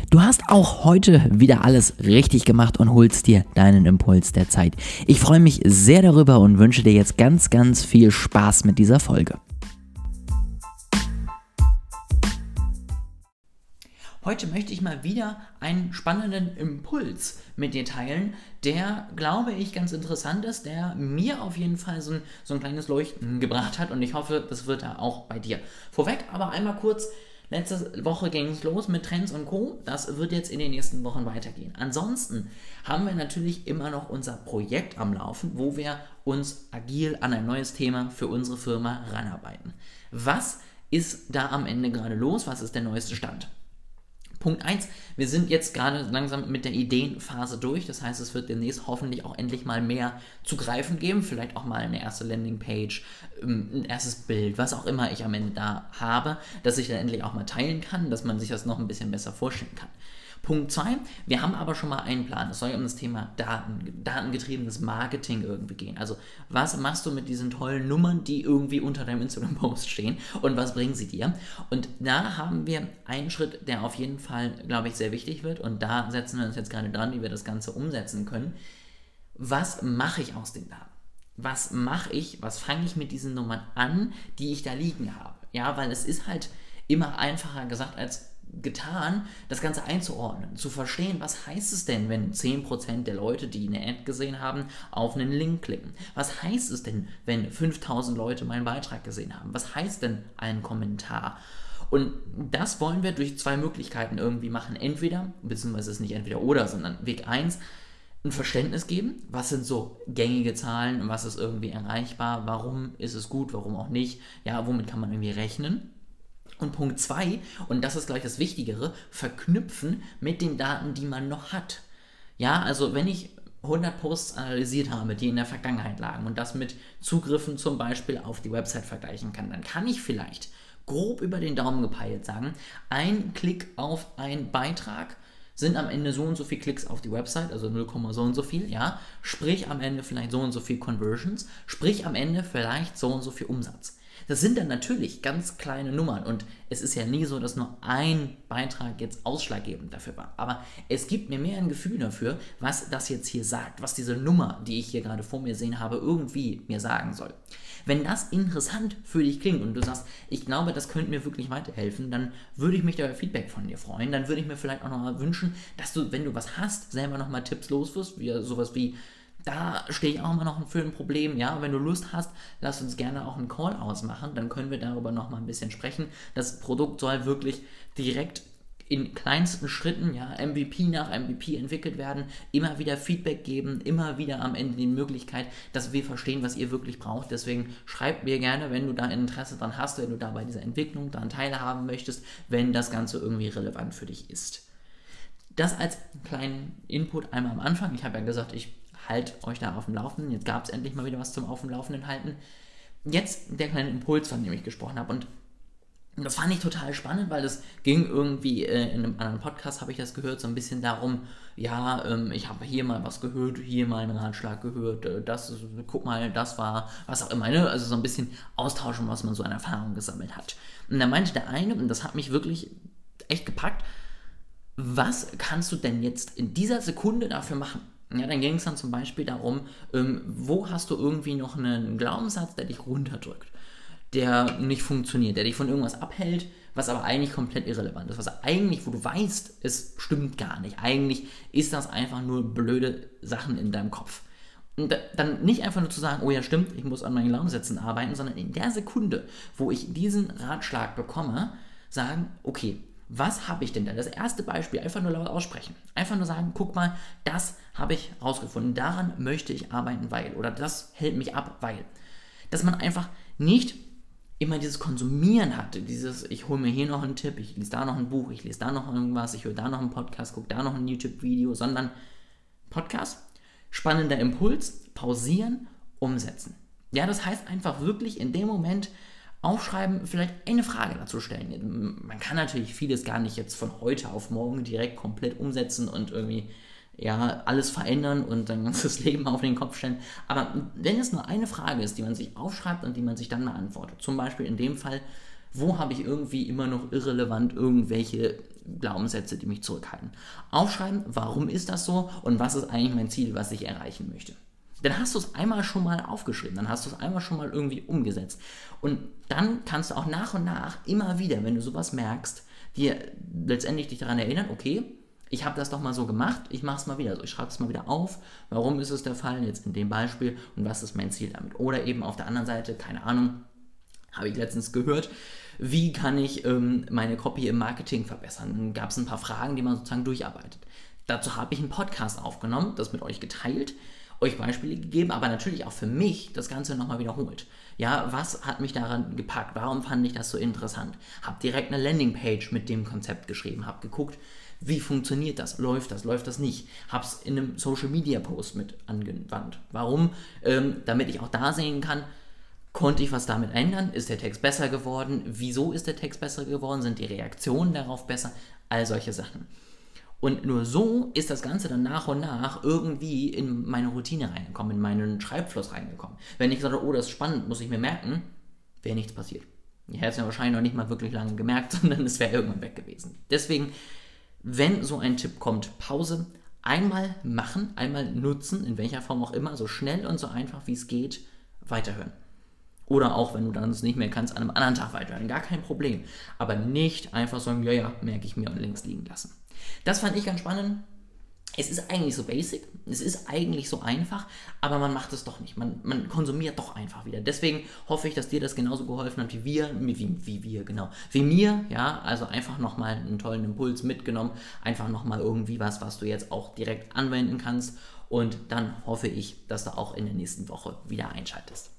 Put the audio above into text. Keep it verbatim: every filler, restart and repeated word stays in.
Du hast auch heute wieder alles richtig gemacht und holst dir deinen Impuls der Zeit. Ich freue mich sehr darüber und wünsche dir jetzt ganz, ganz viel Spaß mit dieser Folge. Heute möchte ich mal wieder einen spannenden Impuls mit dir teilen, der, glaube ich, ganz interessant ist, der mir auf jeden Fall so ein, so ein kleines Leuchten gebracht hat und ich hoffe, das wird er auch bei dir. Vorweg aber einmal kurz: Letzte Woche ging es los mit Trends und Co. Das wird jetzt in den nächsten Wochen weitergehen. Ansonsten haben wir natürlich immer noch unser Projekt am Laufen, wo wir uns agil an ein neues Thema für unsere Firma ranarbeiten. Was ist da am Ende gerade los? Was ist der neueste Stand? Punkt eins, wir sind jetzt gerade langsam mit der Ideenphase durch, das heißt, es wird demnächst hoffentlich auch endlich mal mehr zu greifen geben, vielleicht auch mal eine erste Landingpage, ein erstes Bild, was auch immer ich am Ende da habe, dass ich dann endlich auch mal teilen kann, dass man sich das noch ein bisschen besser vorstellen kann. Punkt zwei, wir haben aber schon mal einen Plan. Es soll um das Thema Daten, datengetriebenes Marketing irgendwie gehen. Also was machst du mit diesen tollen Nummern, die irgendwie unter deinem Instagram-Post stehen und was bringen sie dir? Und da haben wir einen Schritt, der auf jeden Fall, glaube ich, sehr wichtig wird und da setzen wir uns jetzt gerade dran, wie wir das Ganze umsetzen können. Was mache ich aus den Daten? Was mache ich, was fange ich mit diesen Nummern an, die ich da liegen habe? Ja, weil es ist halt immer einfacher gesagt als getan, das Ganze einzuordnen, zu verstehen, was heißt es denn, wenn zehn Prozent der Leute, die eine Ad gesehen haben, auf einen Link klicken? Was heißt es denn, wenn fünftausend Leute meinen Beitrag gesehen haben? Was heißt denn ein Kommentar? Und das wollen wir durch zwei Möglichkeiten irgendwie machen. Entweder, beziehungsweise es ist nicht entweder oder, sondern Weg eins, ein Verständnis geben, was sind so gängige Zahlen, was ist irgendwie erreichbar, warum ist es gut, warum auch nicht, ja, womit kann man irgendwie rechnen. Und Punkt zwei, und das ist gleich das Wichtigere, verknüpfen mit den Daten, die man noch hat. Ja, also wenn ich hundert Posts analysiert habe, die in der Vergangenheit lagen und das mit Zugriffen zum Beispiel auf die Website vergleichen kann, dann kann ich vielleicht grob über den Daumen gepeilt sagen, ein Klick auf einen Beitrag sind am Ende so und so viele Klicks auf die Website, also null, so und so viel, ja, sprich am Ende vielleicht so und so viel Conversions, sprich am Ende vielleicht so und so viel Umsatz. Das sind dann natürlich ganz kleine Nummern und es ist ja nie so, dass nur ein Beitrag jetzt ausschlaggebend dafür war. Aber es gibt mir mehr ein Gefühl dafür, was das jetzt hier sagt, was diese Nummer, die ich hier gerade vor mir sehen habe, irgendwie mir sagen soll. Wenn das interessant für dich klingt und du sagst, ich glaube, das könnte mir wirklich weiterhelfen, dann würde ich mich da über Feedback von dir freuen. Dann würde ich mir vielleicht auch nochmal wünschen, dass du, wenn du was hast, selber nochmal Tipps los wirst, wie sowas wie: Da stehe ich auch immer noch für ein Problem, ja, wenn du Lust hast, lass uns gerne auch einen Call ausmachen, dann können wir darüber noch mal ein bisschen sprechen. Das Produkt soll wirklich direkt in kleinsten Schritten, ja, M V P nach M V P entwickelt werden, immer wieder Feedback geben, immer wieder am Ende die Möglichkeit, dass wir verstehen, was ihr wirklich braucht. Deswegen schreib mir gerne, wenn du da Interesse dran hast, wenn du da bei dieser Entwicklung daran teilhaben möchtest, wenn das Ganze irgendwie relevant für dich ist. Das als kleinen Input einmal am Anfang. Ich habe ja gesagt, ich halt euch da auf dem Laufenden. Jetzt gab es endlich mal wieder was zum Auf dem Laufenden halten. Jetzt der kleine Impuls, von dem ich gesprochen habe. Und das fand ich total spannend, weil es ging irgendwie, äh, in einem anderen Podcast habe ich das gehört, so ein bisschen darum, ja, ähm, ich habe hier mal was gehört, hier mal einen Ratschlag gehört, äh, das, guck mal, das war, was auch immer, ne? Also so ein bisschen austauschen, was man so an Erfahrung gesammelt hat. Und da meinte der eine, und das hat mich wirklich echt gepackt: Was kannst du denn jetzt in dieser Sekunde dafür machen? Ja, dann ging es dann zum Beispiel darum, ähm, wo hast du irgendwie noch einen Glaubenssatz, der dich runterdrückt, der nicht funktioniert, der dich von irgendwas abhält, was aber eigentlich komplett irrelevant ist, was eigentlich, wo du weißt, es stimmt gar nicht. Eigentlich ist das einfach nur blöde Sachen in deinem Kopf. Und dann nicht einfach nur zu sagen, oh ja, stimmt, ich muss an meinen Glaubenssätzen arbeiten, sondern in der Sekunde, wo ich diesen Ratschlag bekomme, sagen, okay, was habe ich denn da? Das erste Beispiel, einfach nur laut aussprechen. Einfach nur sagen, guck mal, das habe ich rausgefunden, daran möchte ich arbeiten, weil, oder das hält mich ab, weil. Dass man einfach nicht immer dieses Konsumieren hatte, dieses, ich hole mir hier noch einen Tipp, ich lese da noch ein Buch, ich lese da noch irgendwas, ich höre da noch einen Podcast, gucke da noch ein YouTube-Video, sondern Podcast, spannender Impuls, pausieren, umsetzen. Ja, das heißt einfach wirklich in dem Moment aufschreiben, vielleicht eine Frage dazu stellen. Man kann natürlich vieles gar nicht jetzt von heute auf morgen direkt komplett umsetzen und irgendwie ja, alles verändern und sein ganzes Leben auf den Kopf stellen. Aber wenn es nur eine Frage ist, die man sich aufschreibt und die man sich dann beantwortet, zum Beispiel in dem Fall, wo habe ich irgendwie immer noch irrelevant irgendwelche Glaubenssätze, die mich zurückhalten. Aufschreiben, warum ist das so und was ist eigentlich mein Ziel, was ich erreichen möchte. Dann hast du es einmal schon mal aufgeschrieben, dann hast du es einmal schon mal irgendwie umgesetzt. Und dann kannst du auch nach und nach immer wieder, wenn du sowas merkst, dir letztendlich dich daran erinnern, okay, ich habe das doch mal so gemacht, ich mache es mal wieder so, ich schreibe es mal wieder auf, warum ist es der Fall, jetzt in dem Beispiel und was ist mein Ziel damit. Oder eben auf der anderen Seite, keine Ahnung, habe ich letztens gehört, wie kann ich ähm, meine Copy im Marketing verbessern. Dann gab es ein paar Fragen, die man sozusagen durcharbeitet. Dazu habe ich einen Podcast aufgenommen, das mit euch geteilt, euch Beispiele gegeben, aber natürlich auch für mich das Ganze nochmal wiederholt. Ja, was hat mich daran gepackt? Warum fand ich das so interessant? Hab direkt eine Landingpage mit dem Konzept geschrieben, hab geguckt, wie funktioniert das? Läuft das? Läuft das nicht? Hab's in einem Social Media Post mit angewandt. Warum? Ähm, damit ich auch da sehen kann, konnte ich was damit ändern? Ist der Text besser geworden? Wieso ist der Text besser geworden? Sind die Reaktionen darauf besser? All solche Sachen. Und nur so ist das Ganze dann nach und nach irgendwie in meine Routine reingekommen, in meinen Schreibfluss reingekommen. Wenn ich sage, oh, das ist spannend, muss ich mir merken, wäre nichts passiert. Ich hätte es ja wahrscheinlich noch nicht mal wirklich lange gemerkt, sondern es wäre irgendwann weg gewesen. Deswegen, wenn so ein Tipp kommt, Pause, einmal machen, einmal nutzen, in welcher Form auch immer, so schnell und so einfach wie es geht, weiterhören. Oder auch, wenn du dann es nicht mehr kannst, an einem anderen Tag weiterhören, gar kein Problem. Aber nicht einfach sagen, ja, ja, merke ich mir und links liegen lassen. Das fand ich ganz spannend. Es ist eigentlich so basic, es ist eigentlich so einfach, aber man macht es doch nicht. Man, man konsumiert doch einfach wieder. Deswegen hoffe ich, dass dir das genauso geholfen hat wie wir, wie, wie wir, genau, wie mir, ja, also einfach nochmal einen tollen Impuls mitgenommen, einfach nochmal irgendwie was, was du jetzt auch direkt anwenden kannst und dann hoffe ich, dass du auch in der nächsten Woche wieder einschaltest.